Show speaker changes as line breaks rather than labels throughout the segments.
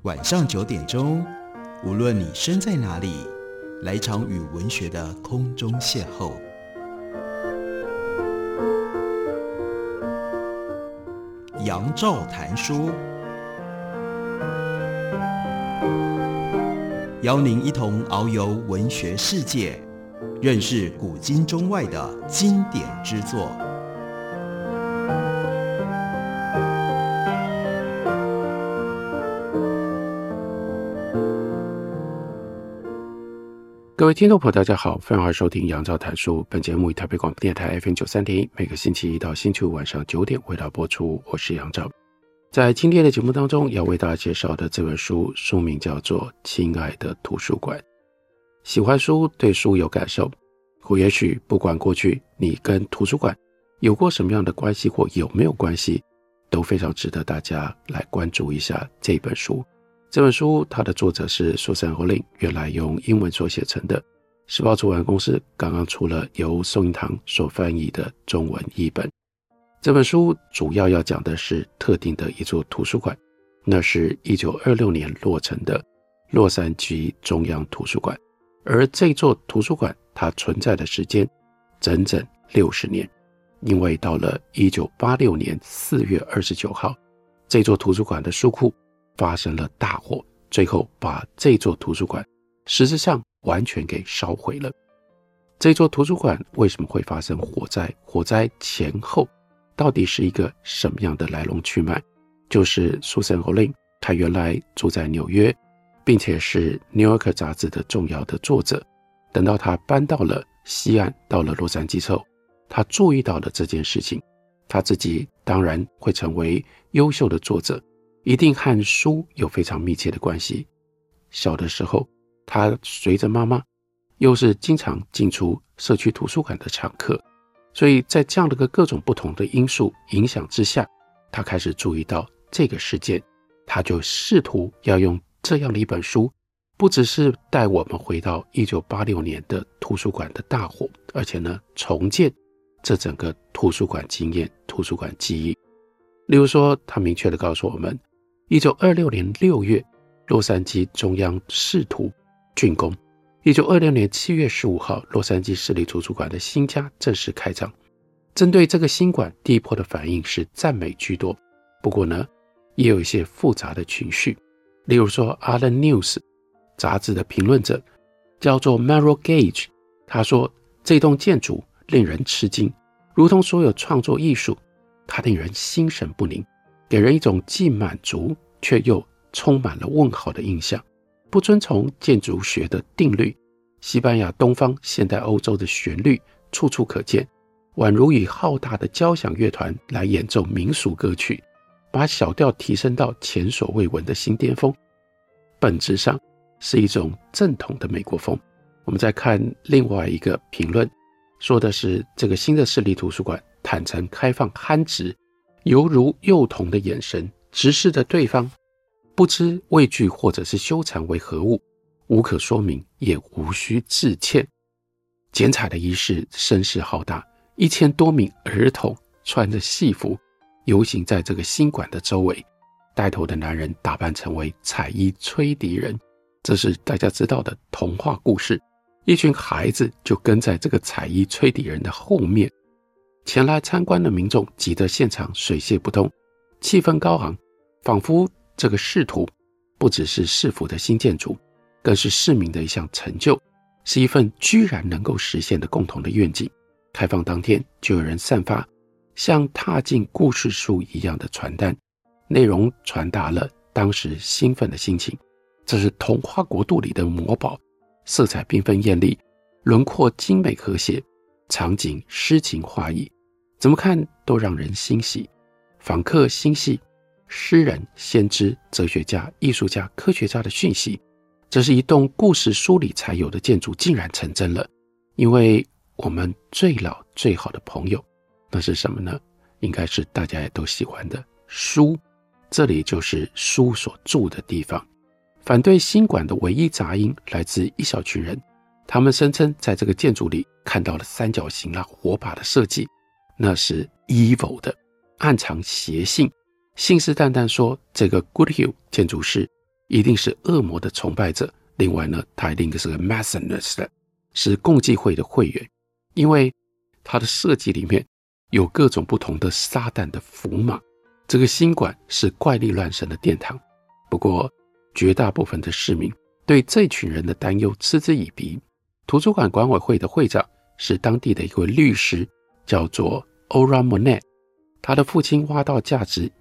晚上9点钟，无论你身在哪里，来一场与文学的空中邂逅。杨照谈书，邀您一同遨游文学世界，认识古今中外的经典之作。
各位听众朋友大家好，欢迎收听杨照谈书。本节目以台北广播电台 FM93.1 每个星期一到星期五晚上9点为大家播出，我是杨照。在今天的节目当中要为大家介绍的这本书，书名叫做《亲爱的图书馆》。喜欢书，对书有感受，或也许不管过去你跟图书馆有过什么样的关系或有没有关系，都非常值得大家来关注一下这本书。这本书它的作者是苏珊·侯林，原来用英文所写成的。时报出版公司刚刚出了由宋英堂所翻译的中文译本。这本书主要要讲的是特定的一座图书馆，那是1926年落成的洛杉矶中央图书馆。而这座图书馆它存在的时间整整60年，因为到了1986年4月29号，这座图书馆的书库发生了大火，最后把这座图书馆实质上完全给烧毁了。这座图书馆为什么会发生火灾？火灾前后到底是一个什么样的来龙去脉？就是苏珊·侯林，他原来住在纽约，并且是《New Yorker》杂志的重要的作者。等到他搬到了西岸，到了洛杉矶之后，他注意到了这件事情。他自己当然会成为优秀的作者，一定和书有非常密切的关系。小的时候，他随着妈妈又是经常进出社区图书馆的常客，所以在这样的各种不同的因素影响之下，他开始注意到这个事件。他就试图要用这样的一本书，不只是带我们回到1986年的图书馆的大火，而且呢重建这整个图书馆经验、图书馆记忆。例如说，他明确地告诉我们1926年6月洛杉矶中央视图竣工，1926年7月15号洛杉矶市立图书馆的新家正式开张。针对这个新馆，第一波的反应是赞美居多，不过呢也有一些复杂的情绪。例如说 Allen News 杂志的评论者叫做 Merrill Gage， 他说这栋建筑令人吃惊，如同所有创作艺术，它令人心神不宁，给人一种既满足却又充满了问号的印象，不遵从建筑学的定律。西班牙、东方、现代欧洲的旋律处处可见，宛如以浩大的交响乐团来演奏民俗歌曲，把小调提升到前所未闻的新巅峰，本质上是一种正统的美国风。我们再看另外一个评论，说的是这个新的市立图书馆坦诚开放憨直，犹如幼童的眼神直视着对方，不知畏惧或者是羞惭为何物，无可说明也无需致歉。剪彩的仪式声势浩大，1000多名儿童穿着戏服游行在这个新馆的周围，带头的男人打扮成为彩衣吹笛人，这是大家知道的童话故事。一群孩子就跟在这个彩衣吹笛人的后面，前来参观的民众挤得现场水泄不通，气氛高昂，仿佛这个市图不只是市府的新建筑，更是市民的一项成就，是一份居然能够实现的共同的愿景。开放当天就有人散发像踏进故事书一样的传单，内容传达了当时兴奋的心情。这是童话国度里的魔堡，色彩缤纷艳丽，轮廓精美和谐，场景诗情画意，怎么看都让人欣喜。访客心系诗人、先知、哲学家、艺术家、科学家的讯息，这是一栋故事书里才有的建筑竟然成真了。因为我们最老最好的朋友，那是什么呢？应该是大家也都喜欢的书，这里就是书所住的地方。反对新馆的唯一杂音来自一小群人，他们声称在这个建筑里看到了三角形火把的设计，那是 evil 的，暗藏邪性，信誓旦旦说这个 Goodhue 建筑师一定是恶魔的崇拜者，另外呢，他一定是个 Masonist， 是共济会的会员，因为他的设计里面有各种不同的撒旦的符码。这个新馆是怪力乱神的殿堂，不过绝大部分的市民对这群人的担忧嗤之以鼻。图书馆管委会的会长是当地的一位律师，叫做 Ora Monet， 他的父亲挖到价值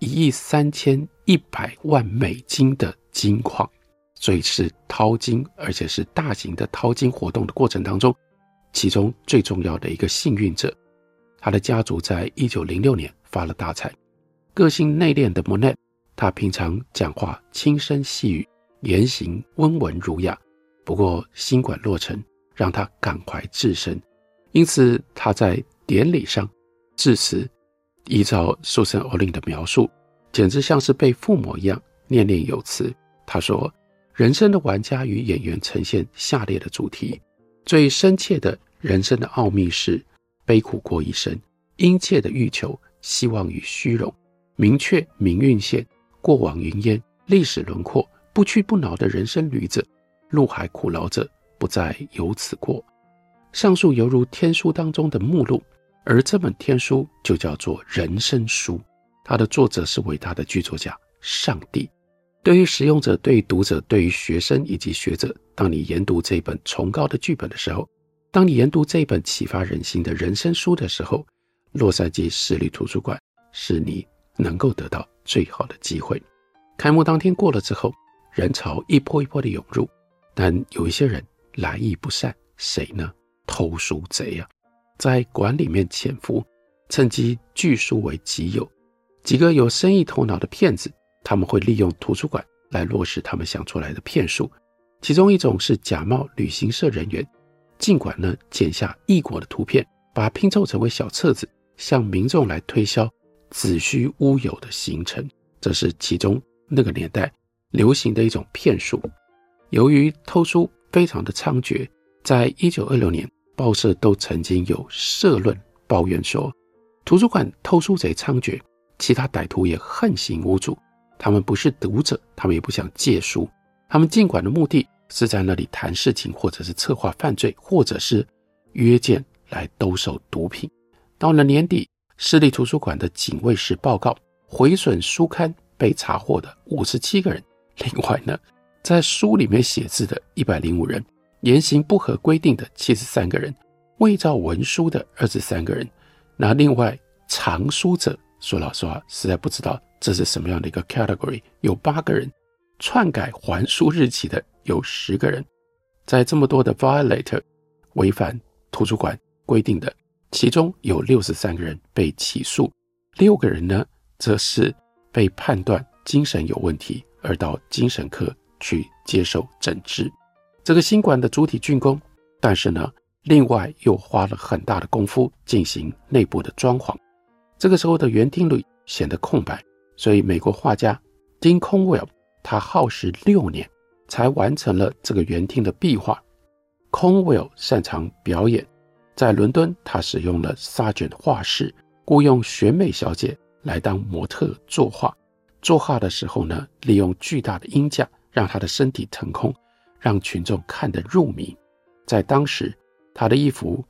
$131,000,000的金矿，所以是淘金，而且是大型的淘金活动的过程当中，其中最重要的一个幸运者。他的家族在1906年发了大财。个性内敛的 Monet， 他平常讲话轻声细语，言行温文儒雅，不过新馆落成让他感怀至深，因此他在典礼上致辞，依照 Susan Orlean 的描述，简直像是被附魔一样，念念有词。他说，人生的玩家与演员呈现下列的主题：最深切的人生的奥秘是悲苦过一生，殷切的欲求希望与虚荣，明确明运线，过往云烟，历史轮廓，不屈不挠的人生旅者，路海苦劳者不再由此过。上述犹如天书当中的目录，而这本天书就叫做人生书，它的作者是伟大的剧作家上帝。对于使用者，对于读者，对于学生以及学者，当你研读这一本崇高的剧本的时候，当你研读这一本启发人心的人生书的时候，洛杉矶市立图书馆是你能够得到最好的机会。开幕当天过了之后，人潮一波一波的涌入，但有一些人来意不善，谁呢？偷书贼啊，在馆里面潜伏，趁机据书为己有。几个有生意头脑的骗子，他们会利用图书馆来落实他们想出来的骗术。其中一种是假冒旅行社人员，尽管呢剪下异国的图片，把它拼凑成为小册子，向民众来推销子虚乌有的行程，这是其中那个年代流行的一种骗术。由于偷书非常的猖獗，在1926年，报社都曾经有社论抱怨说，图书馆偷书贼猖獗，其他歹徒也横行无阻，他们不是读者，他们也不想借书，他们进馆的目的是在那里谈事情，或者是策划犯罪，或者是约见来兜售毒品。到了年底，市立图书馆的警卫室报告，毁损书刊被查获的57个人，另外呢，在书里面写字的105人，言行不合规定的73个人，伪造文书的23个人。那另外藏书者，说老实话实在不知道这是什么样的一个 category， 有8个人，篡改还书日期的有10个人。在这么多的 violator 违反图书馆规定的，其中有63个人被起诉，6个人呢则是被判断精神有问题，而到精神科去接受诊治。这个新馆的主体竣工，但是呢另外又花了很大的功夫进行内部的装潢。这个时候的园厅里显得空白，所以美国画家 Dean Conwell 他耗时6年才完成了这个园厅的壁画。Conwell 擅长表演，在伦敦他使用了 Sargent 画室，雇用选美小姐来当模特作画。作画的时候呢，利用巨大的鹰架让他的身体腾空，让群众看得入迷。在当时，他的一幅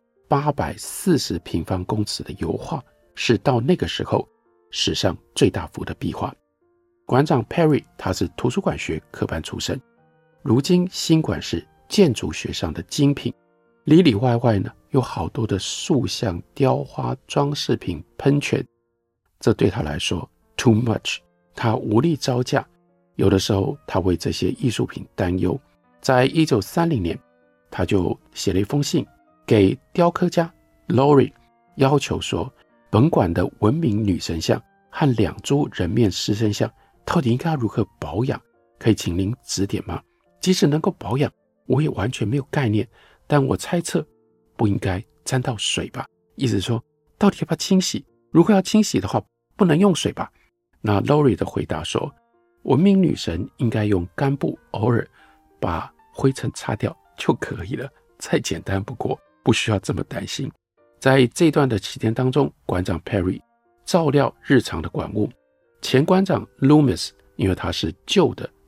840平方公尺的油画是到那个时候史上最大幅的壁画。馆长 Perry 他是图书馆学科班出身，如今新馆是建筑学上的精品，里里外外呢有好多的塑像、雕花、装饰品、喷泉，这对他来说 too much， 他无力招架。有的时候他为这些艺术品担忧。在1930年，他就写了一封信给雕刻家 Lowry， 要求说本馆的文明女神像和2株人面狮身像到底应该如何保养，可以请您指点吗？即使能够保养，我也完全没有概念，但我猜测不应该沾到水吧。意思说到底要不要清洗，如果要清洗的话不能用水吧。那 Lowry 的回答说，文明女神应该用干布偶尔把灰尘擦掉就可以了，再简单不过，不需要这么担心。在这段的期间当中，馆长 Perry 照料日常的馆务。前馆长 Loomis 因为他是旧的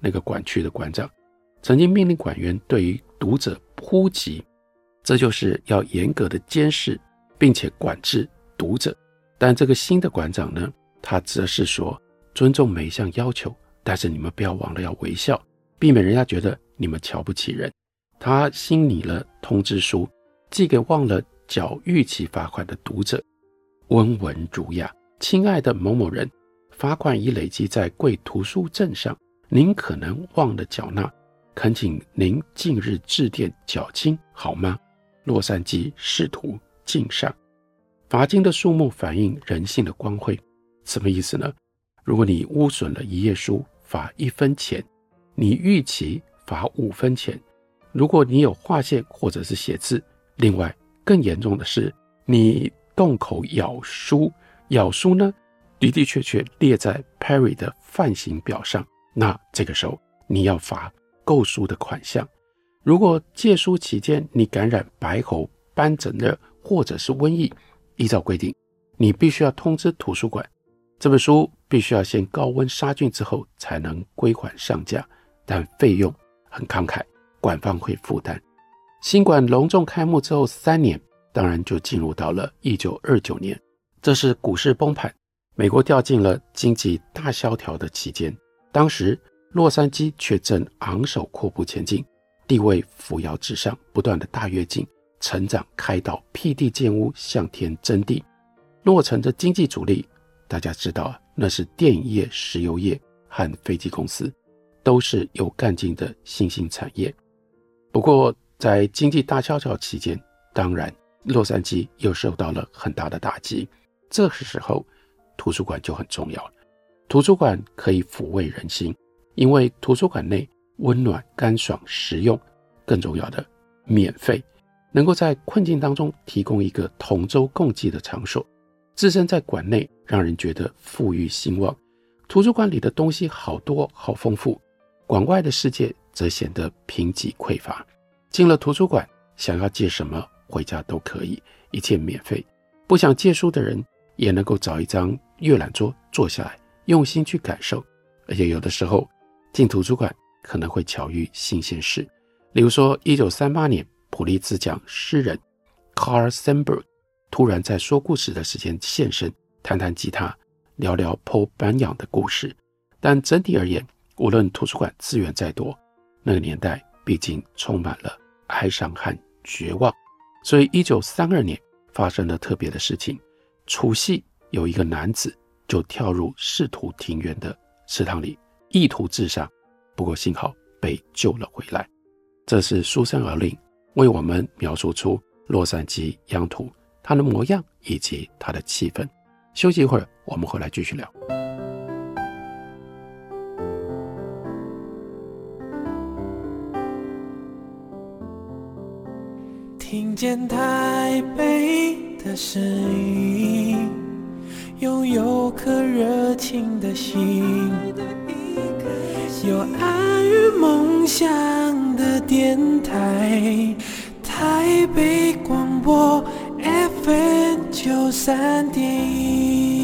那个馆区的馆长，曾经命令馆员对于读者扑击，这就是要严格的监视并且管制读者。但这个新的馆长呢，他则是说尊重每一项要求，但是你们不要忘了要微笑，避免人家觉得你们瞧不起人。他新拟了通知书，寄给忘了缴逾期罚款的读者，温文儒雅，亲爱的某某人，罚款已累积在贵图书证上，您可能忘了缴纳，恳请您近日致电缴清好吗？洛杉矶市图敬上。罚金的数目反映人性的光辉，什么意思呢？如果你污损了一页书，罚1分钱，你逾期罚5分钱。如果你有划线或者是写字，另外更严重的是你动口咬书呢，的的确确列在 Perry 的犯行表上，那这个时候你要罚购书的款项。如果借书期间你感染白喉、斑疹热或者是瘟疫，依照规定你必须要通知图书馆，这本书必须要先高温杀菌之后才能归还上架，但费用很慷慨，馆方会负担。新馆隆重开幕之后3年，当然就进入到了1929年，这是股市崩盘，美国掉进了经济大萧条的期间。当时洛杉矶却正昂首阔步前进，地位扶摇直上，不断的大跃进，成长开道，辟地建屋，向天争地。落成的经济主力大家知道，那是电影业、石油业和飞机公司，都是有干劲的新兴产业。不过在经济大萧条期间，当然洛杉矶又受到了很大的打击，这个时候图书馆就很重要了。图书馆可以抚慰人心，因为图书馆内温暖、干爽、实用，更重要的免费，能够在困境当中提供一个同舟共济的场所。置身在馆内，让人觉得富裕兴旺。图书馆里的东西好多好丰富，馆外的世界则显得贫瘠匮乏。进了图书馆，想要借什么回家都可以，一切免费。不想借书的人也能够找一张阅览桌坐下来，用心去感受。而且有的时候进图书馆可能会巧遇新鲜事，例如说1938年普利兹奖诗人 Carl Sandburg 突然在说故事的时间现身，弹弹吉他，聊聊 Paul Bunyan 的故事。但整体而言，无论图书馆资源再多，那个年代毕竟充满了哀伤和绝望。所以1932年发生了特别的事情，除夕有一个男子就跳入市图庭园的池塘里，意图自杀，不过幸好被救了回来。这是苏珊·尔令为我们描述出洛杉矶央图它的模样以及它的气氛。休息一会儿，我们回来继续聊。
听见台北的声音，拥有颗热情的心，有爱与梦想的电台，台北广播 FM93.1。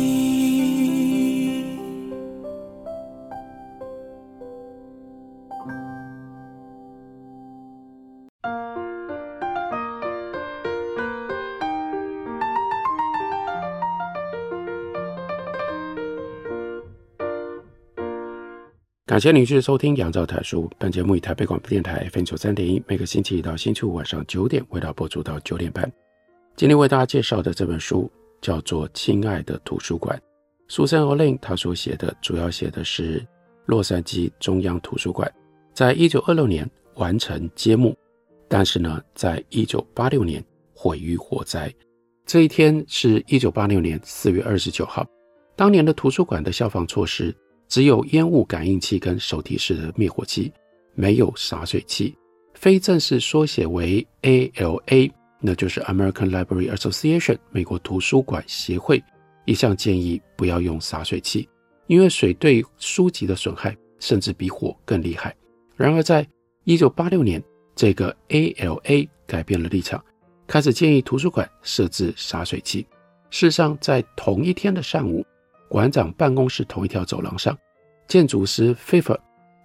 感谢您继续收听杨照谈书，本节目以台北广播电台 FM93.1 每个星期一到星期五晚上9点为大家播出到9点半。今天为大家介绍的这本书叫做《亲爱的图书馆》，苏珊·欧林他所写的主要写的是洛杉矶中央图书馆在1926年完成揭幕，但是呢在1986年毁于火灾。这一天是1986年4月29号，当年的图书馆的消防措施只有烟雾感应器跟手提式的灭火器，没有洒水器。非正式缩写为 ALA， 那就是 American Library Association 美国图书馆协会，一向建议不要用洒水器，因为水对书籍的损害甚至比火更厉害。然而在1986年，这个 ALA 改变了立场，开始建议图书馆设置洒水器。事实上，在同一天的上午，馆长办公室同一条走廊上，建筑师 Pfeiffer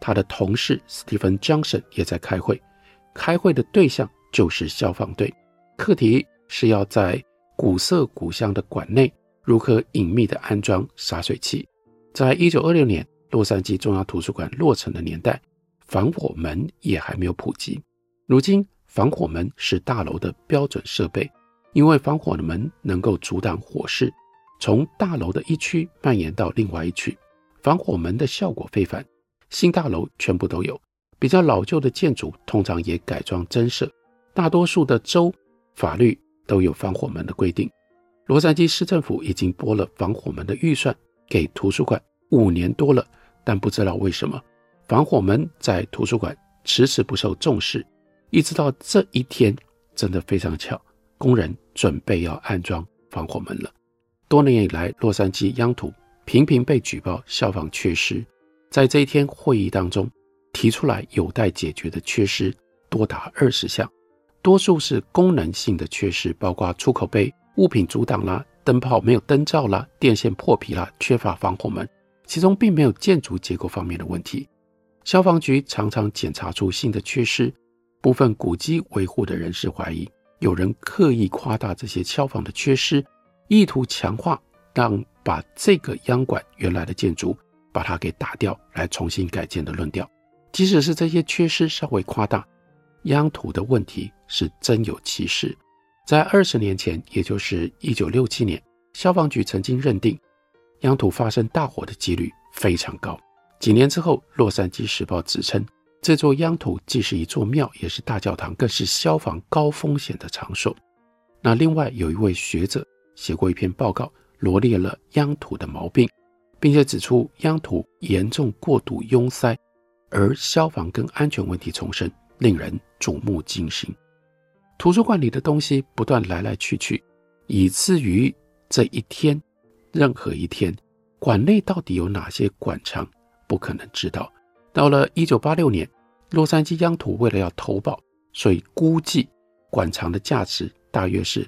他的同事 Stephen Johnson 也在开会，开会的对象就是消防队，课题是要在古色古香的馆内如何隐秘地安装洒水器。在1926年洛杉矶中央图书馆落成的年代，防火门也还没有普及。如今防火门是大楼的标准设备，因为防火门能够阻挡火势从大楼的一区蔓延到另外一区，防火门的效果非凡，新大楼全部都有，比较老旧的建筑通常也改装增设，大多数的州法律都有防火门的规定。洛杉矶市政府已经拨了防火门的预算给图书馆5年多了，但不知道为什么防火门在图书馆迟迟不受重视，一直到这一天，真的非常巧，工人准备要安装防火门了。多年以来，洛杉矶央图频频被举报消防缺失，在这一天会议当中提出来有待解决的缺失多达20项，多数是功能性的缺失，包括出口杯物品阻挡啦，灯泡没有灯罩啦，电线破皮啦，缺乏防火门，其中并没有建筑结构方面的问题。消防局常常检查出新的缺失，部分古迹维护的人士怀疑有人刻意夸大这些消防的缺失，意图强化让把这个央馆原来的建筑把它给打掉来重新改建的论调。即使是这些缺失稍微夸大，央图的问题是真有其事。在20年前，也就是1967年，消防局曾经认定央图发生大火的几率非常高。几年之后，洛杉矶时报指称这座央图既是一座庙，也是大教堂，更是消防高风险的场所。那另外有一位学者写过一篇报告，罗列了央图的毛病，并且指出央图严重过度拥塞，而消防跟安全问题丛生，令人瞩目惊心。图书馆里的东西不断来来去去，以至于这一天，任何一天，馆内到底有哪些馆藏不可能知道。到了1986年，洛杉矶央图为了要投保，所以估计馆藏的价值大约是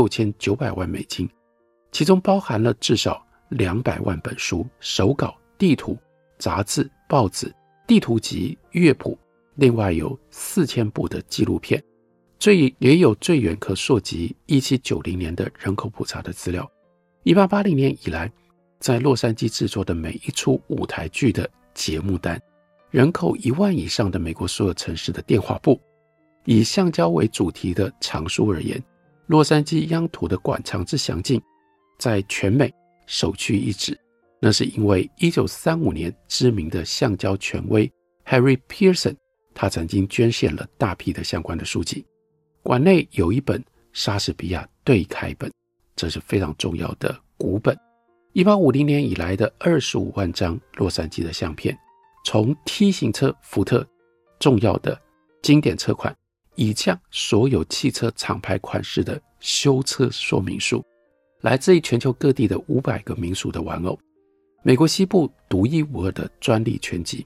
$6900万，其中包含了至少200万本书、手稿、地图、杂志、报纸、地图集、乐谱，另外有4000部的纪录片，也有最远可溯及1790年的人口普查的资料。1880年以来，在洛杉矶制作的每一出舞台剧的节目单，人口1万以上的美国所有城市的电话簿，以橡胶为主题的藏书而言，洛杉矶央图的馆藏之详尽，在全美首屈一指。那是因为1935年知名的橡胶权威 Harry Pearson， 他曾经捐献了大批的相关的书籍。馆内有一本莎士比亚对开本，这是非常重要的古本。1850年以来的25万张洛杉矶的相片，从 T 型车福特重要的经典车款，以降所有汽车厂牌款式的修车说明书，来自于全球各地的500个民俗的玩偶，美国西部独一无二的专利全集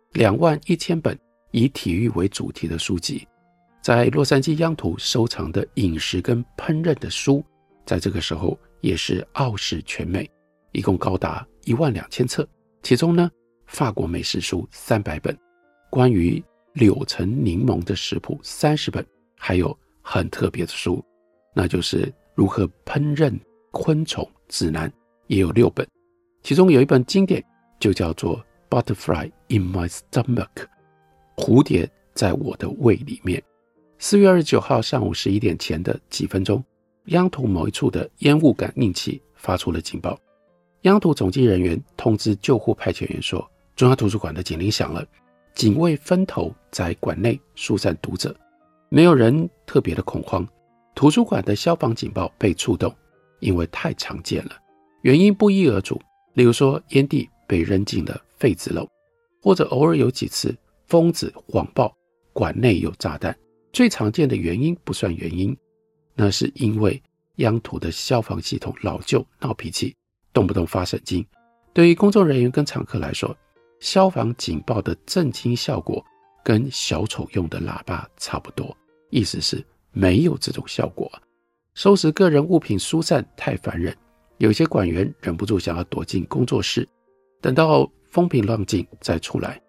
，21000本以体育为主题的书籍。在洛杉矶央图收藏的饮食跟烹饪的书，在这个时候也是傲视全美，一共高达12000册。其中呢，法国美食书300本，关于柳橙柠檬的食谱30本，还有很特别的书，那就是如何烹饪昆虫指南，也有6本。其中有一本经典就叫做 Butterfly in my stomach， 蝴蝶在我的胃里面。4月29号上午11点前的几分钟，央图某一处的烟雾感应器发出了警报。央图总机人员通知救护派遣员说，中央图书馆的警铃响了，警卫分头在馆内疏散读者，没有人特别的恐慌。图书馆的消防警报被触动，因为太常见了，原因不一而足，例如说烟蒂被扔进了废纸篓，或者偶尔有几次疯子谎报馆内有炸弹。最常见的原因不算原因，那是因为央图的消防系统老旧闹脾气，动不动发神经。对于工作人员跟常客来说，消防警报的震惊效果跟小丑用的喇叭差不多，意思是没有这种效果。收拾个人物品疏散太烦人，有些馆员忍不住想要躲进工作室，等到风平浪静再出来。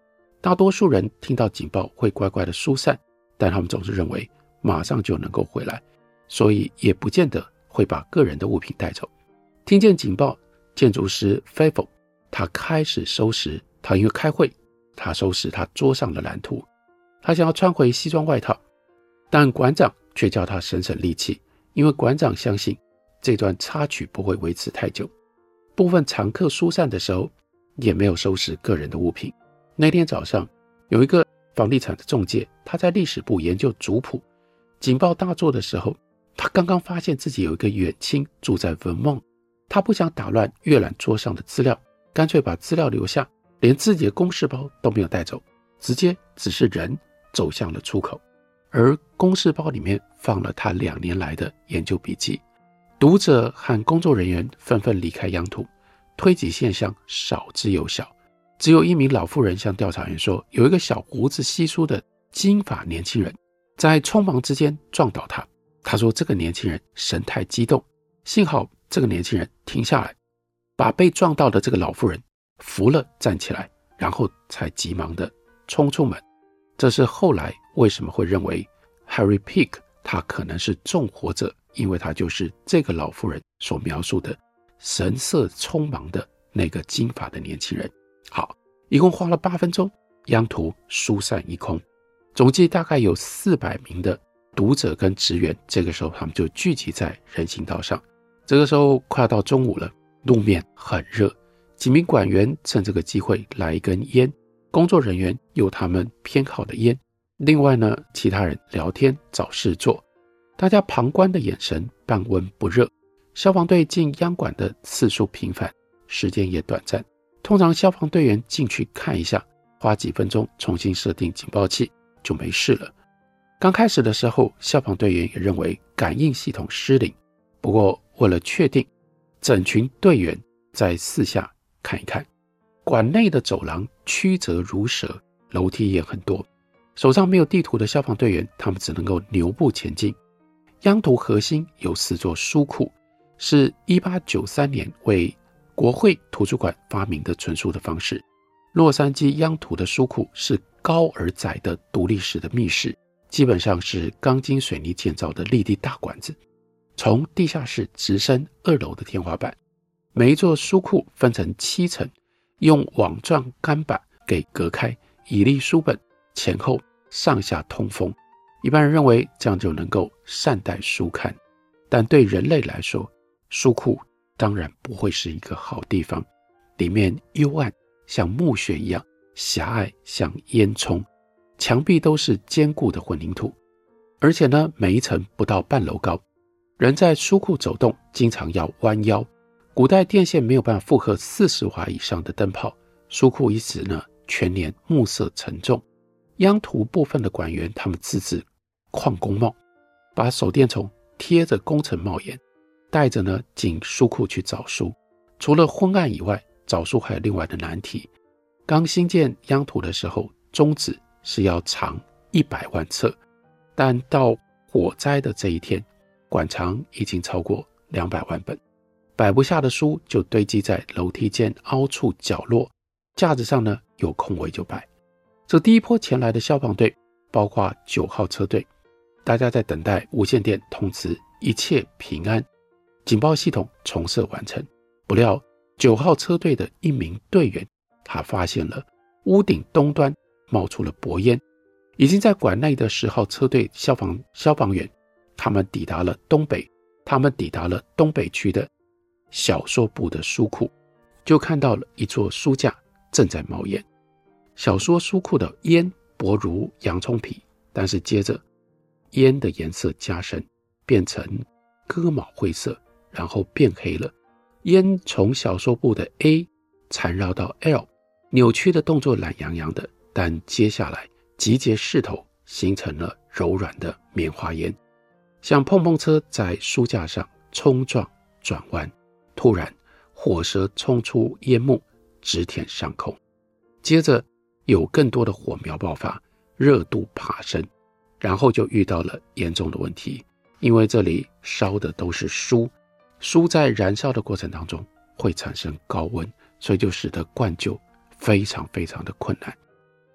大多数人听到警报会乖乖的疏散，但他们总是认为马上就能够回来，所以也不见得会把个人的物品带走。听见警报，建筑师 Favo 他开始收拾，他因为开会，他收拾他桌上的蓝图，他想要穿回西装外套，但馆长却叫他省省力气，因为馆长相信这段插曲不会维持太久。部分常客疏散的时候也没有收拾个人的物品。那天早上有一个房地产的中介，他在历史部研究族谱，警报大作的时候，他刚刚发现自己有一个远亲住在 Vermont， 他不想打乱阅览桌上的资料，干脆把资料留下，连自己的公事包都没有带走，直接只是人走向了出口，而公事包里面放了他2年来的研究笔记。读者和工作人员纷纷离开央图，推挤现象少之又少。只有一名老妇人向调查员说，有一个小胡子稀疏的金发年轻人在匆忙之间撞倒他。他说这个年轻人神态激动，幸好这个年轻人停下来，把被撞到的这个老妇人扶了站起来，然后才急忙的冲出门。这是后来为什么会认为 Harry Peak 他可能是纵火者，因为他就是这个老妇人所描述的神色匆忙的那个金发的年轻人。好，一共花了8分钟，央图疏散一空，总计大概有400名的读者跟职员，这个时候他们就聚集在人行道上。这个时候快要到中午了，路面很热，几名管员趁这个机会来一根烟，工作人员有他们偏好的烟，另外呢，其他人聊天找事做，大家旁观的眼神半温不热。消防队进央馆的次数频繁，时间也短暂，通常消防队员进去看一下，花几分钟重新设定警报器就没事了。刚开始的时候，消防队员也认为感应系统失灵，不过为了确定，整群队员在四下看一看。馆内的走廊曲折如蛇，楼梯也很多，手上没有地图的消防队员，他们只能够牛步前进。央图核心有4座书库，是1893年为国会图书馆发明的存书的方式。洛杉矶央图的书库是高而窄的独立式的密室，基本上是钢筋水泥建造的立地大馆子，从地下室直升2楼的天花板。每一座书库分成7层，用网状钢板给隔开，以利书本前后上下通风。一般人认为这样就能够善待书刊，但对人类来说，书库当然不会是一个好地方，里面幽暗像墓穴一样，狭隘像烟囱，墙壁都是坚固的混凝土，而且呢，每一层不到半楼高。人在书库走动经常要弯腰，古代电线没有办法负荷40瓦以上的灯泡，书库因此呢全年暮色沉重。央图部分的馆员他们自制矿工帽，把手电筒贴着工程帽檐，带着呢进书库去找书。除了昏暗以外，找书还有另外的难题。刚新建央图的时候，宗旨是要藏100万册，但到火灾的这一天，馆藏已经超过200万本，摆不下的书就堆积在楼梯间凹处角落，架子上呢有空位就摆。这第一波前来的消防队包括9号车队，大家在等待无线电通知一切平安，警报系统重设完成。不料9号车队的一名队员，他发现了屋顶东端冒出了薄烟。已经在馆内的10号车队消防员，他们抵达了东北区的小说部的书库，就看到了一座书架正在冒烟。小说书库的烟薄如洋葱皮，但是接着烟的颜色加深，变成鸽毛灰色，然后变黑了。烟从小说部的 A 缠绕到 L， 扭曲的动作懒洋洋的，但接下来集结势头，形成了柔软的棉花烟，像碰碰车在书架上冲撞转弯。突然火舌冲出烟幕，直舔上空。接着有更多的火苗爆发，热度爬升，然后就遇到了严重的问题，因为这里烧的都是书，书在燃烧的过程当中会产生高温，所以就使得灌救非常非常的困难。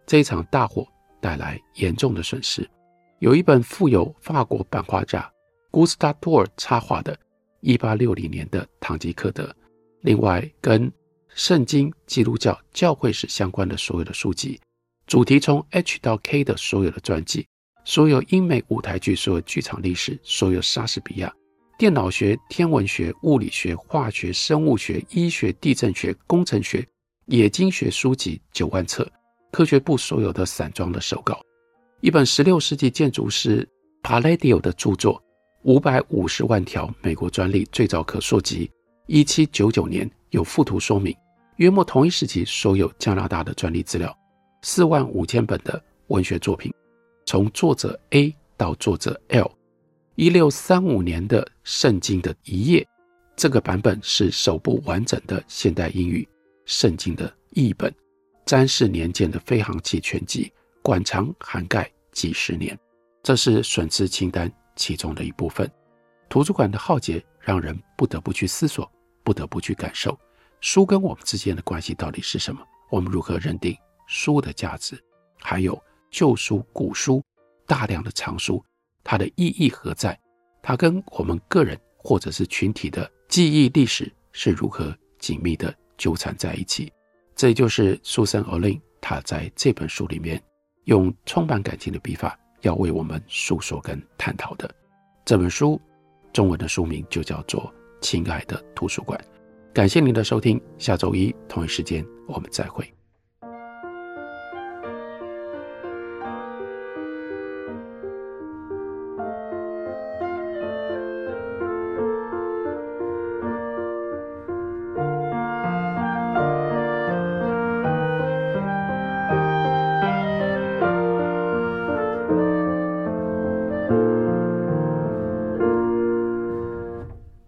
这一场大火带来严重的损失。有一本附有法国版画家 Gustave Tour 插画的1860年的《堂吉诃德》，另外跟圣经、基督教教会史相关的所有的书籍，主题从 H 到 K 的所有的传记，所有英美舞台剧，所有剧场历史，所有莎士比亚、电脑学、天文学、物理学、化学、生物学、医学、地震学、工程学、冶金学书籍9万册，科学部所有的散装的手稿，一本16世纪建筑师 Palladio 的著作550万条美国专利最早可溯及1799年，有附图说明约莫同一时期所有加拿大的专利资料，4万5千本的文学作品，从作者 A 到作者 L。1635年的圣经的一页，这个版本是首部完整的现代英语圣经的译本。詹氏年鉴的飞行器全集，馆藏涵盖几十年，这是损失清单其中的一部分。图书馆的浩劫让人不得不去思索，不得不去感受，书跟我们之间的关系到底是什么？我们如何认定书的价值？还有旧书、古书、大量的藏书，它的意义何在？它跟我们个人或者是群体的记忆历史是如何紧密的纠缠在一起？这也就是Susan Orlean她在这本书里面用充满感情的笔法要为我们诉说跟探讨的。这本书中文的书名就叫做《亲爱的图书馆》。感谢您的收听，下周一同一时间我们再会。